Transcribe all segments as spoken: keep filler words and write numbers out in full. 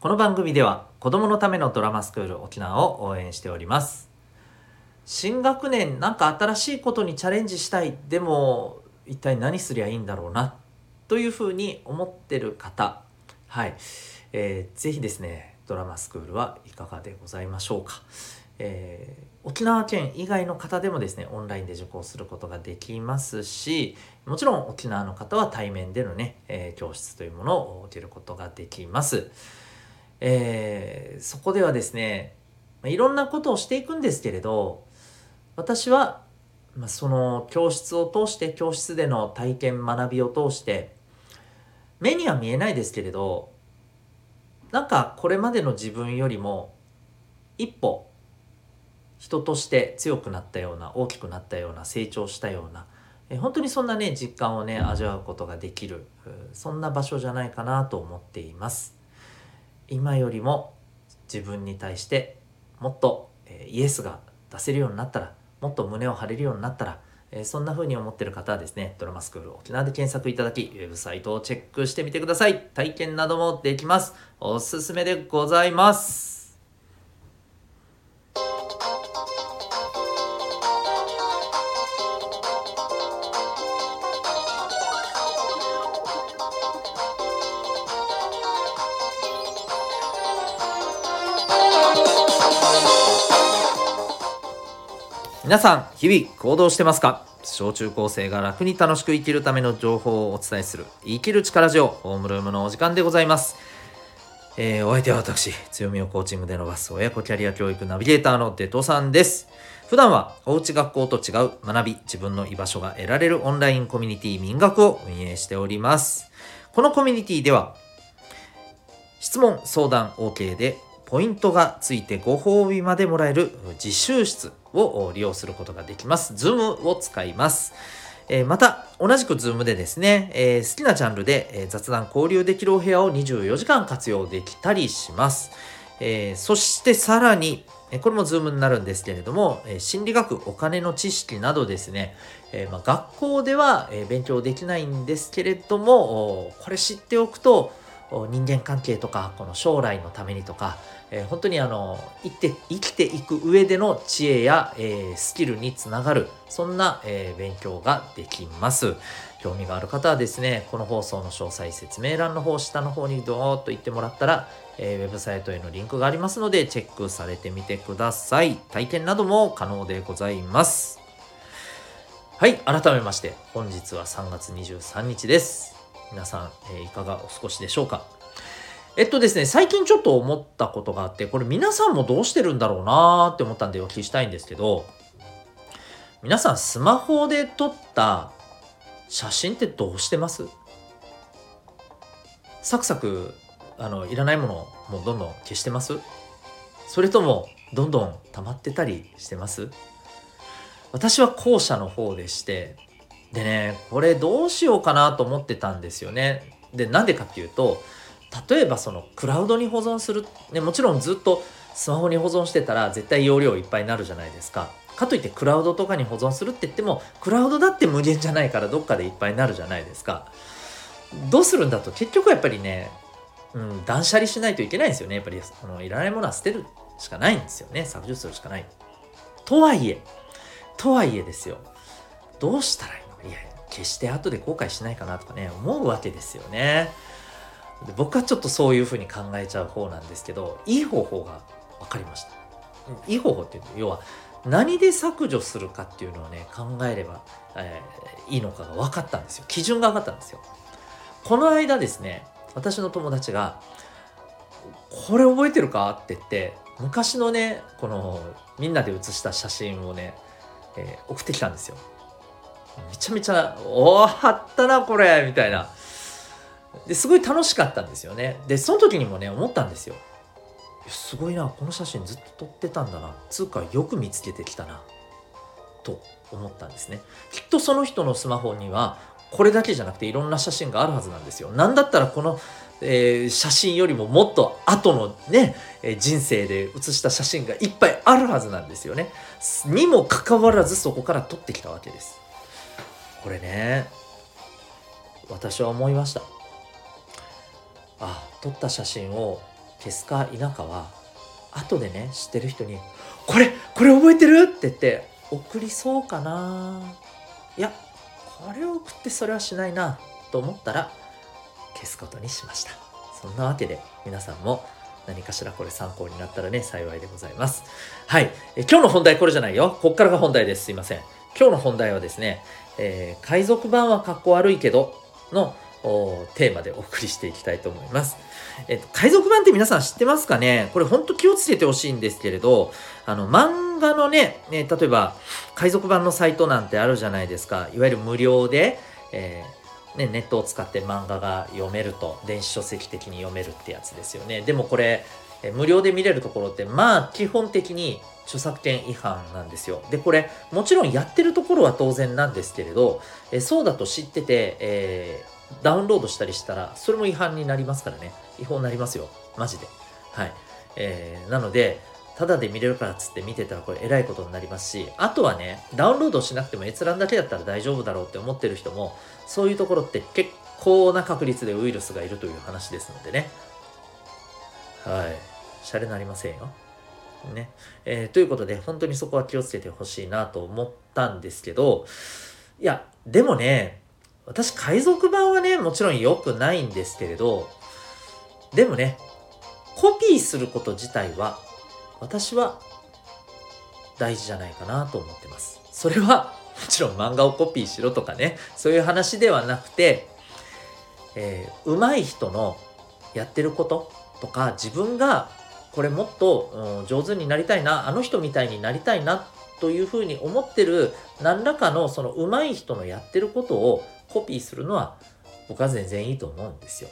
この番組では子どものためのドラマスクール沖縄を応援しております。新学年なんか新しいことにチャレンジしたい、でも一体何すりゃいいんだろうなというふうに思ってる方、はい、えー、ぜひですねドラマスクールはいかがでございましょうか。えー沖縄県以外の方でもですねオンラインで受講することができますし、もちろん沖縄の方は対面でのね、えー教室というものを受けることができます。えーそこではですねまあいろんなことをしていくんですけれど、私は、まあ、その教室を通して教室での体験学びを通して目には見えないですけれど、なんかこれまでの自分よりも一歩人として強くなったような、大きくなったような、成長したような、え本当にそんなね実感をね味わうことができる、うそんな場所じゃないかなと思っています。今よりも自分に対してもっと、えーイエスが出せるようになったら、もっと胸を張れるようになったら、えーそんな風に思ってる方はですねドラマスクール沖縄で検索いただき、ウェブサイトをチェックしてみてください。体験などもできます。おすすめでございます。皆さん日々行動してますか？小中高生が楽に楽しく生きるための情報をお伝えする生きる力ジオホームルームのお時間でございます。えー、お相手は私、強みをコーチングで伸ばす親子キャリア教育ナビゲーターのデトさんです。普段はおうち学校と違う学び、自分の居場所が得られるオンラインコミュニティ民学を運営しております。このコミュニティでは質問相談 OK でポイントがついてご褒美までもらえる自習室を利用することができます。 Zoom を使います。えーまた同じく Zoom でですね、えー好きなジャンルで、えー雑談交流できるお部屋をにじゅうよじかん活用できたりします。えーそしてさらにえーこれも Zoom になるんですけれども、えー心理学、お金の知識などですね、えーまあ、学校では、えー勉強できないんですけれども、おこれ知っておくとお人間関係とかこの将来のためにとか、えー本当にあの生きて生きていく上での知恵や、えースキルにつながる、そんな、えー勉強ができます。興味がある方はですねこの放送の詳細説明欄の方、下の方にドーッと行ってもらったら、えーウェブサイトへのリンクがありますのでチェックされてみてください。体験なども可能でございます。はい、改めまして本日はさんがつにじゅうさんにちです。皆さん、えーいかがお過ごしでしょうか。えっとですね、最近ちょっと思ったことがあって、これ皆さんもどうしてるんだろうなーって思ったんでお聞きしたいんですけど、皆さんスマホで撮った写真ってどうしてます？サクサク、あの、いらないものをもうどんどん消してます？それとも、どんどん溜まってたりしてます？私は後者の方でして、でね、これどうしようかなと思ってたんですよね。で、なんでかっていうと、例えばそのクラウドに保存する、ね、もちろんずっとスマホに保存してたら絶対容量いっぱいになるじゃないですか。かといってクラウドとかに保存するって言っても、クラウドだって無限じゃないからどっかでいっぱいになるじゃないですか。どうするんだと結局やっぱりね、うん、断捨離しないといけないんですよね。やっぱりあのいらないものは捨てるしかないんですよね。削除するしかない。とはいえ、とはいえですよ。どうしたらいいの？いや、決して後で後悔しないかなとかね、思うわけですよね。で僕はちょっとそういうふうに考えちゃう方なんですけど、いい方法が分かりました。うんいい方法っていうのは、要は何で削除するかっていうのをね、考えれば、えーいいのかが分かったんですよ。基準が分かったんですよ。この間ですね、私の友達が、これ覚えてるかって言って、昔のね、このみんなで写した写真をね、えー送ってきたんですよ。めちゃめちゃ、おー、あったな、これみたいな。で、すごい楽しかったんですよね。で、その時にもね、思ったんですよ。すごいな、この写真ずっと撮ってたんだな。つうか、よく見つけてきたな。と思ったんですね。きっとその人のスマホには、これだけじゃなくていろんな写真があるはずなんですよ。なんだったらこの、えー写真よりももっと後のね、えー人生で写した写真がいっぱいあるはずなんですよね。にもかかわらずそこから撮ってきたわけです。これね、私は思いました。あ、撮った写真を消すか否かは後でね知ってる人にこれこれ覚えてるって言って送りそうかな。いやこれを送ってそれはしないなと思ったら消すことにしました。そんなわけで皆さんも何かしらこれ参考になったらね幸いでございます。はい、え今日の本題これじゃないよ。こっからが本題です。すいません。今日の本題はですね、えー、海賊版はかっこ悪いけどのテーマでお送りしていきたいと思います。えっと、海賊版って皆さん知ってますかね。これほんと気をつけてほしいんですけれど、あの漫画のね、ね例えば海賊版のサイトなんてあるじゃないですか。いわゆる無料で、えーね、ネットを使って漫画が読めると、電子書籍的に読めるってやつですよね。でもこれえ無料で見れるところってまあ基本的に著作権違反なんですよ。でこれもちろんやってるところは当然なんですけれど、えそうだと知ってて、えーダウンロードしたりしたらそれも違反になりますからね。違法になりますよマジで。はい、えー、なのでタダで見れるからっつって見てたらこれえらいことになりますし、あとはねダウンロードしなくても閲覧だけだったら大丈夫だろうって思ってる人もそういうところって結構な確率でウイルスがいるという話ですのでね。はい、シャレなりませんよね。えー、ということで本当にそこは気をつけてほしいなと思ったんですけど、いやでもね私海賊版はねもちろん良くないんですけれど、でもねコピーすること自体は私は大事じゃないかなと思ってます。それはもちろん漫画をコピーしろとかねそういう話ではなくて、えー、上手い人のやってることとか自分がこれもっと、うん、上手になりたいな、あの人みたいになりたいなというふうに思ってる何らかのその上手い人のやってることをコピーするのは僕は全然いいと思うんですよ。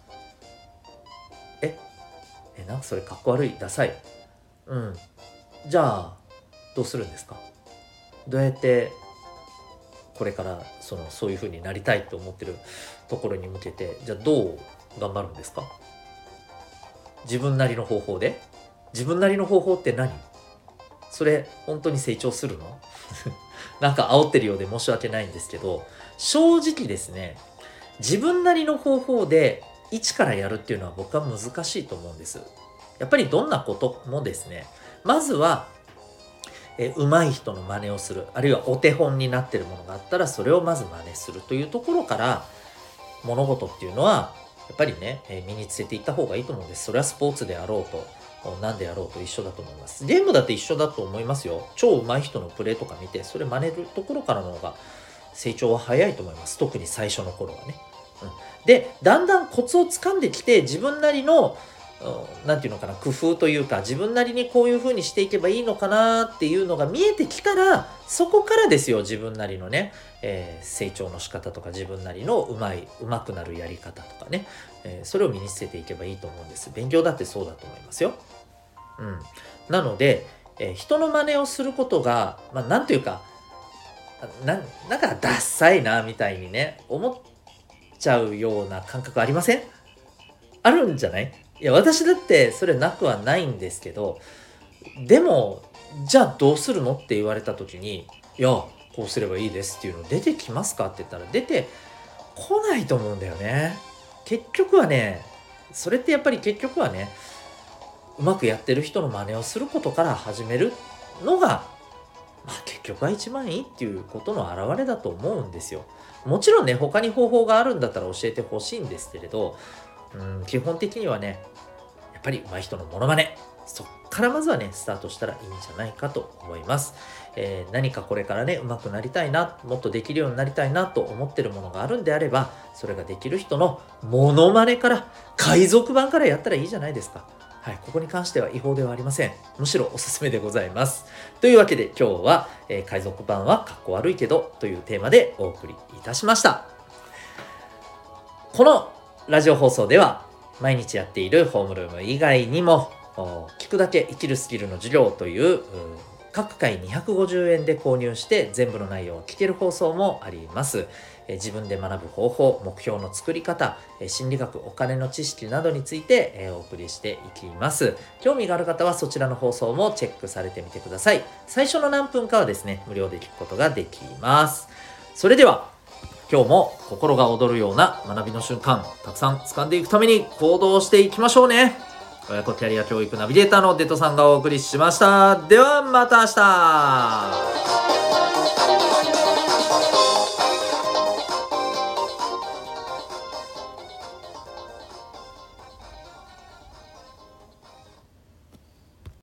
ええなんかそれかっこ悪い、ダサい。うんじゃあどうするんですか。どうやってこれからそのそういう風になりたいと思ってるところに向けてじゃあどう頑張るんですか。自分なりの方法で。自分なりの方法って何。それ本当に成長するのなんか煽ってるようで申し訳ないんですけど、正直ですね自分なりの方法で一からやるっていうのは僕は難しいと思うんです。やっぱりどんなこともですねまずはえ上手い人の真似をする、あるいはお手本になってるものがあったらそれをまず真似するというところから物事っていうのはやっぱりね、え身につけていった方がいいと思うんです。それはスポーツであろうと何であろうと一緒だと思います。ゲームだって一緒だと思いますよ。超上手い人のプレーとか見てそれ真似るところからの方が成長は早いと思います。特に最初の頃はね、うん、でだんだんコツを掴んできて自分なりのなんていうのかな工夫というか自分なりにこういう風にしていけばいいのかなっていうのが見えてきたらそこからですよ自分なりのね、えー、成長の仕方とか自分なりのうまいうまくなるやり方とかね、えー、それを身につけていけばいいと思うんです。勉強だってそうだと思いますよ。うん、なので、えー、人の真似をすることがまあなんというかななんかダッサいなみたいにね思っちゃうような感覚ありません？あるんじゃない？いや私だってそれなくはないんですけど、でもじゃあどうするのって言われた時にいやこうすればいいですっていうの出てきますかって言ったら出てこないと思うんだよね。結局はねそれってやっぱり結局はねうまくやってる人の真似をすることから始めるのがまあ結局は一番いいっていうことの表れだと思うんですよ。もちろんね他に方法があるんだったら教えてほしいんですけれど、うん基本的にはねやっぱり上手い人のモノマネそっからまずはねスタートしたらいいんじゃないかと思います。えー、何かこれからね上手くなりたいなもっとできるようになりたいなと思ってるものがあるんであればそれができる人のモノマネから海賊版からやったらいいじゃないですか。はい、ここに関しては違法ではありません。むしろおすすめでございます。というわけで今日は、えー、海賊版はかっこ悪いけどというテーマでお送りいたしました。このラジオ放送では毎日やっているホームルーム以外にも聞くだけ生きるスキルの授業という各回にひゃくごじゅうえんで購入して全部の内容を聞ける放送もあります。自分で学ぶ方法、目標の作り方、心理学、お金の知識などについてお送りしていきます。興味がある方はそちらの放送もチェックされてみてください。最初の何分かはですね無料で聞くことができます。それでは今日も心が躍るような学びの瞬間たくさん掴んでいくために行動していきましょうね。 親子キャリア教育ナビゲーターのデトさんがお送りしました。ではまた明日。